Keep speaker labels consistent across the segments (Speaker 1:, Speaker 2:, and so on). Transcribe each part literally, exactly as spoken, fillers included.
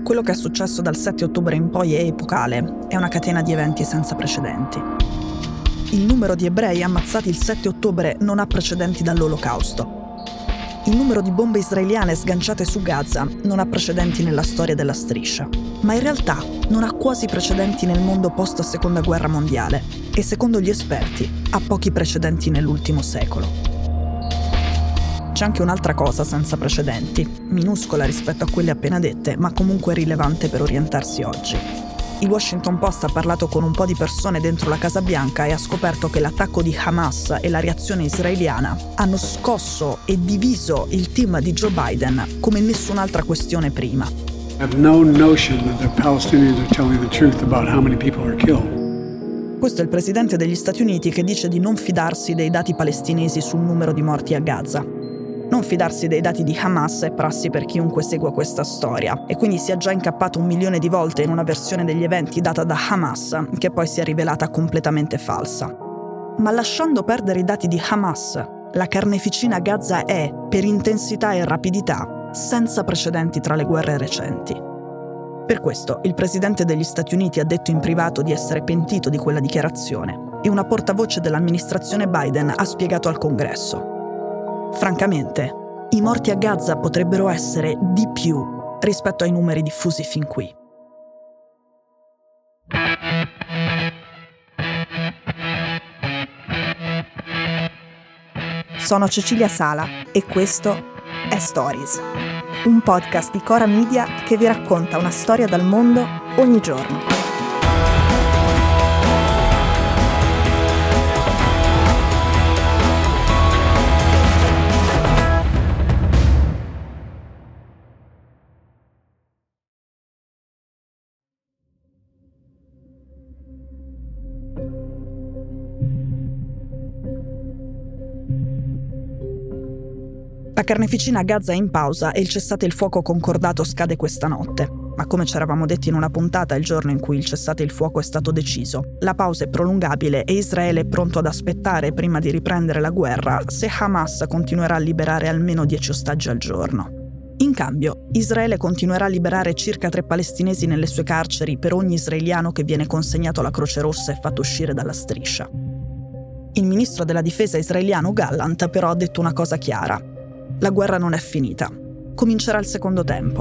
Speaker 1: Quello che è successo dal sette ottobre in poi è epocale, è una catena di eventi senza precedenti. Il numero di ebrei ammazzati il sette ottobre non ha precedenti dall'Olocausto. Il numero di bombe israeliane sganciate su Gaza non ha precedenti nella storia della striscia, ma in realtà non ha quasi precedenti nel mondo post-seconda guerra mondiale e, secondo gli esperti, ha pochi precedenti nell'ultimo secolo. C'è anche un'altra cosa senza precedenti, minuscola rispetto a quelle appena dette, ma comunque rilevante per orientarsi oggi. Il Washington Post ha parlato con un po' di persone dentro la Casa Bianca e ha scoperto che l'attacco di Hamas e la reazione israeliana hanno scosso e diviso il team di Joe Biden come nessun'altra questione prima.
Speaker 2: I have no notion that the Palestinians are telling the truth about how many people are killed.
Speaker 1: Questo è il presidente degli Stati Uniti che dice di non fidarsi dei dati palestinesi sul numero di morti a Gaza. Non fidarsi dei dati di Hamas è prassi per chiunque segua questa storia, e quindi si è già incappato un milione di volte in una versione degli eventi data da Hamas, che poi si è rivelata completamente falsa. Ma lasciando perdere i dati di Hamas, la carneficina a Gaza è, per intensità e rapidità, senza precedenti tra le guerre recenti. Per questo il presidente degli Stati Uniti ha detto in privato di essere pentito di quella dichiarazione, e una portavoce dell'amministrazione Biden ha spiegato al Congresso. Francamente, i morti a Gaza potrebbero essere di più rispetto ai numeri diffusi fin qui.
Speaker 3: Sono Cecilia Sala e questo è Stories, un podcast di Cora Media che vi racconta una storia dal mondo ogni giorno.
Speaker 1: La carneficina a Gaza è in pausa e il cessate il fuoco concordato scade questa notte. Ma come ci eravamo detti in una puntata il giorno in cui il cessate il fuoco è stato deciso, la pausa è prolungabile e Israele è pronto ad aspettare prima di riprendere la guerra se Hamas continuerà a liberare almeno dieci ostaggi al giorno. In cambio, Israele continuerà a liberare circa tre palestinesi nelle sue carceri per ogni israeliano che viene consegnato alla Croce Rossa e fatto uscire dalla striscia. Il ministro della difesa israeliano Gallant però ha detto una cosa chiara. La guerra non è finita. Comincerà il secondo tempo.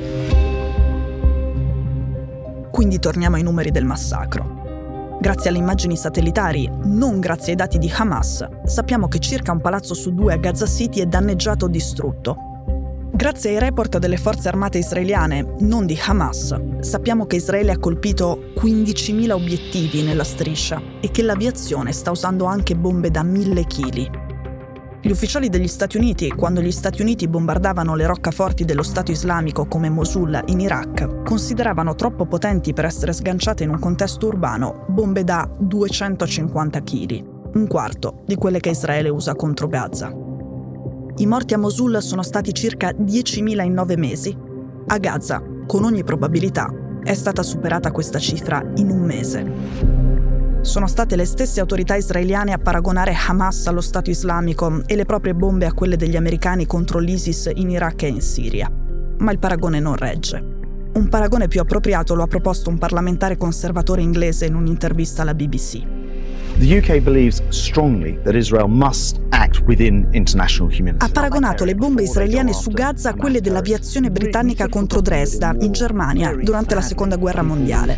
Speaker 1: Quindi torniamo ai numeri del massacro. Grazie alle immagini satellitari, non grazie ai dati di Hamas, sappiamo che circa un palazzo su due a Gaza City è danneggiato o distrutto. Grazie ai report delle forze armate israeliane, non di Hamas, sappiamo che Israele ha colpito quindicimila obiettivi nella striscia e che l'aviazione sta usando anche bombe da mille chili. Gli ufficiali degli Stati Uniti, quando gli Stati Uniti bombardavano le roccaforti dello Stato islamico come Mosul in Iraq, consideravano troppo potenti per essere sganciate in un contesto urbano bombe da duecentocinquanta chili, un quarto di quelle che Israele usa contro Gaza. I morti a Mosul sono stati circa diecimila in nove mesi. A Gaza, con ogni probabilità, è stata superata questa cifra in un mese. Sono state le stesse autorità israeliane a paragonare Hamas allo Stato islamico e le proprie bombe a quelle degli americani contro l'ISIS in Iraq e in Siria. Ma il paragone non regge. Un paragone più appropriato lo ha proposto un parlamentare conservatore inglese in un'intervista alla B B C.
Speaker 4: The U K believes strongly that Israel must act within international humanity.
Speaker 1: Ha paragonato le bombe israeliane su Gaza a quelle dell'aviazione britannica contro Dresda, in Germania, durante la Seconda Guerra Mondiale.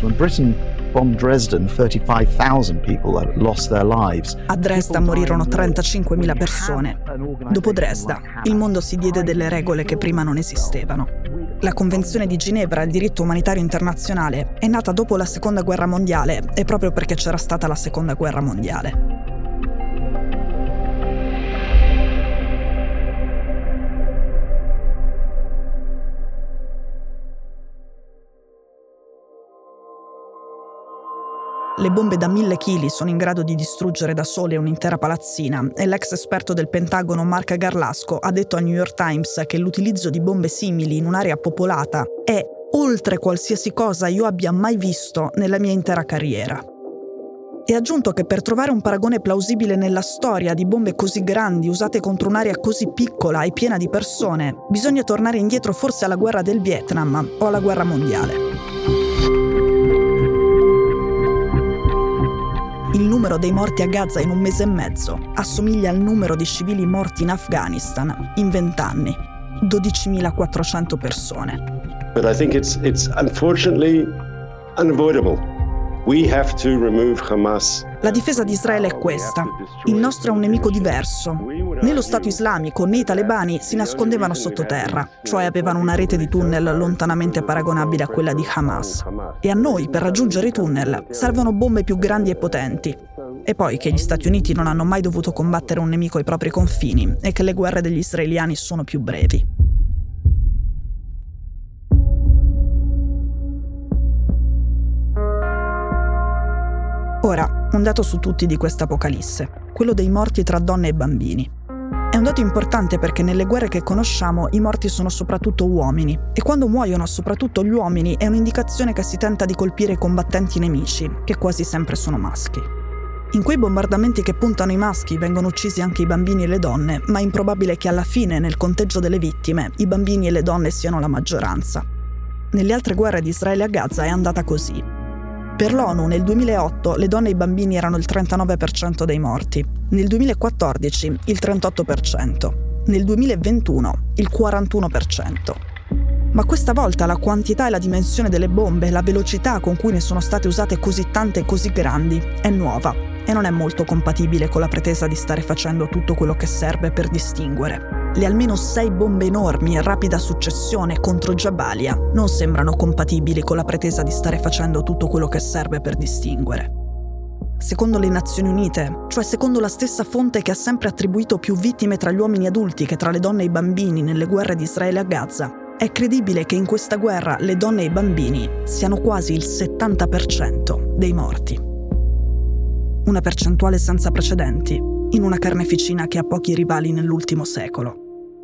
Speaker 1: A Dresda morirono trentacinquemila persone. Dopo Dresda, il mondo si diede delle regole che prima non esistevano. La Convenzione di Ginevra al diritto umanitario internazionale è nata dopo la Seconda Guerra Mondiale e proprio perché c'era stata la Seconda Guerra Mondiale. Le bombe da mille chili sono in grado di distruggere da sole un'intera palazzina e l'ex esperto del Pentagono Mark Garlasco ha detto al New York Times che l'utilizzo di bombe simili in un'area popolata è oltre qualsiasi cosa io abbia mai visto nella mia intera carriera. E ha aggiunto che per trovare un paragone plausibile nella storia di bombe così grandi usate contro un'area così piccola e piena di persone, bisogna tornare indietro forse alla guerra del Vietnam o alla guerra mondiale. Il numero dei morti a Gaza in un mese e mezzo assomiglia al numero di civili morti in Afghanistan in vent'anni, dodicimilaquattrocento persone.
Speaker 5: But I think it's it's unfortunately unavoidable. We have to remove Hamas.
Speaker 1: La difesa di Israele è questa. Il nostro è un nemico diverso. Né lo Stato islamico né i talebani si nascondevano sottoterra, cioè avevano una rete di tunnel lontanamente paragonabile a quella di Hamas. E a noi, per raggiungere i tunnel, servono bombe più grandi e potenti. E poi che gli Stati Uniti non hanno mai dovuto combattere un nemico ai propri confini e che le guerre degli israeliani sono più brevi. Ora, un dato su tutti di questa apocalisse, quello dei morti tra donne e bambini. È un dato importante perché nelle guerre che conosciamo i morti sono soprattutto uomini, e quando muoiono soprattutto gli uomini è un'indicazione che si tenta di colpire i combattenti nemici, che quasi sempre sono maschi. In quei bombardamenti che puntano i maschi vengono uccisi anche i bambini e le donne, ma è improbabile che alla fine, nel conteggio delle vittime, i bambini e le donne siano la maggioranza. Nelle altre guerre di Israele a Gaza è andata così. Per l'ONU nel duemilaotto le donne e i bambini erano il trentanove per cento dei morti, nel duemilaquattordici il trentotto per cento, nel duemilaventuno il quarantuno per cento. Ma questa volta la quantità e la dimensione delle bombe, la velocità con cui ne sono state usate così tante e così grandi, è nuova e non è molto compatibile con la pretesa di stare facendo tutto quello che serve per distinguere. Le almeno sei bombe enormi in rapida successione contro Jabalia non sembrano compatibili con la pretesa di stare facendo tutto quello che serve per distinguere. Secondo le Nazioni Unite, cioè secondo la stessa fonte che ha sempre attribuito più vittime tra gli uomini adulti che tra le donne e i bambini nelle guerre di Israele a Gaza, è credibile che in questa guerra le donne e i bambini siano quasi il settanta per cento dei morti. Una percentuale senza precedenti in una carneficina che ha pochi rivali nell'ultimo secolo.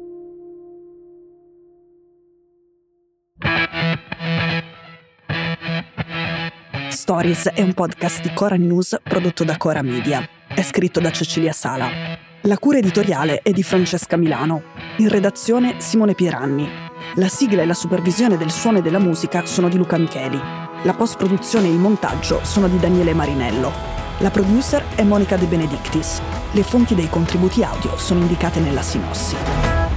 Speaker 1: Stories è un podcast di Cora News prodotto da Cora Media. È scritto da Cecilia Sala. La cura editoriale è di Francesca Milano. In redazione Simone Pieranni. La sigla e la supervisione del suono e della musica sono di Luca Micheli. La post-produzione e il montaggio sono di Daniele Marinello. La producer è Monica De Benedictis. Le fonti dei contributi audio sono indicate nella sinossi.